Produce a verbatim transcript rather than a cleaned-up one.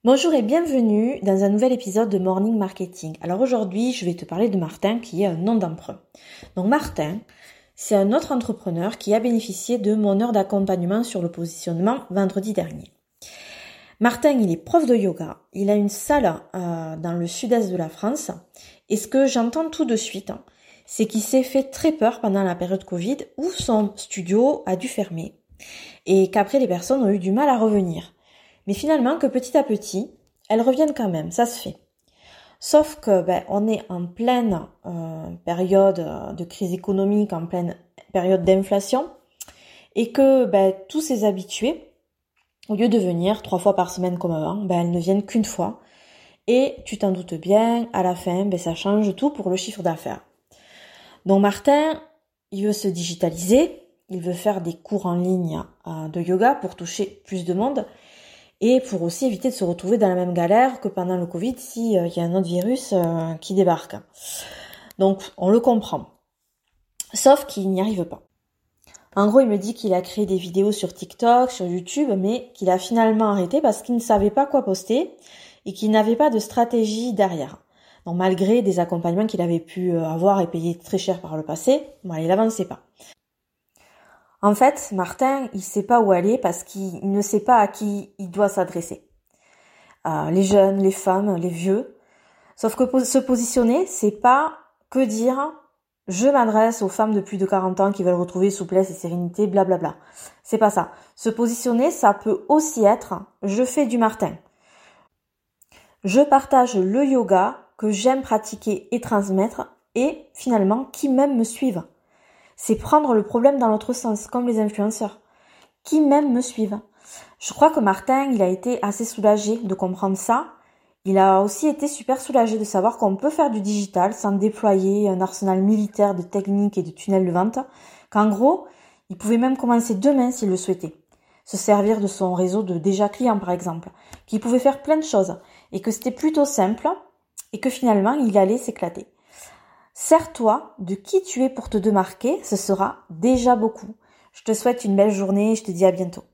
Bonjour et bienvenue dans un nouvel épisode de Morning Marketing. Alors aujourd'hui, je vais te parler de Martin qui est un nom d'emprunt. Donc Martin, c'est un autre entrepreneur qui a bénéficié de mon heure d'accompagnement sur le positionnement vendredi dernier. Martin, il est prof de yoga, il a une salle euh, dans le sud-est de la France et ce que j'entends tout de suite, hein, c'est qu'il s'est fait très peur pendant la période Covid où son studio a dû fermer et qu'après les personnes ont eu du mal à revenir. Mais finalement, que petit à petit, elles reviennent quand même, ça se fait. Sauf que ben, on est en pleine euh, période de crise économique, en pleine période d'inflation, et que ben, tous ces habitués, au lieu de venir trois fois par semaine comme avant, ben, elles ne viennent qu'une fois. Et tu t'en doutes bien, à la fin, ben, ça change tout pour le chiffre d'affaires. Donc Martin, il veut se digitaliser, il veut faire des cours en ligne euh, de yoga pour toucher plus de monde, et pour aussi éviter de se retrouver dans la même galère que pendant le Covid s'il euh, y a un autre virus euh, qui débarque. Donc on le comprend. Sauf qu'il n'y arrive pas. En gros, il me dit qu'il a créé des vidéos sur TikTok, sur YouTube, mais qu'il a finalement arrêté parce qu'il ne savait pas quoi poster et qu'il n'avait pas de stratégie derrière. Donc malgré des accompagnements qu'il avait pu avoir et payer très cher par le passé, bon, il n'avançait pas. En fait, Martin, il sait pas où aller parce qu'il ne sait pas à qui il doit s'adresser. Euh, les jeunes, les femmes, les vieux. Sauf que se positionner, c'est pas que dire « je m'adresse aux femmes de plus de quarante ans qui veulent retrouver souplesse et sérénité, blablabla ». C'est pas ça. Se positionner, ça peut aussi être « je fais du Martin ». Je partage le yoga que j'aime pratiquer et transmettre et finalement qui même me suivent. C'est prendre le problème dans l'autre sens, comme les influenceurs, qui même me suivent. Je crois que Martin, il a été assez soulagé de comprendre ça. Il a aussi été super soulagé de savoir qu'on peut faire du digital sans déployer un arsenal militaire de techniques et de tunnels de vente, qu'en gros, il pouvait même commencer demain s'il le souhaitait. Se servir de son réseau de déjà clients par exemple, qu'il pouvait faire plein de choses et que c'était plutôt simple et que finalement il allait s'éclater. Sers-toi de qui tu es pour te démarquer, ce sera déjà beaucoup. Je te souhaite une belle journée et je te dis à bientôt.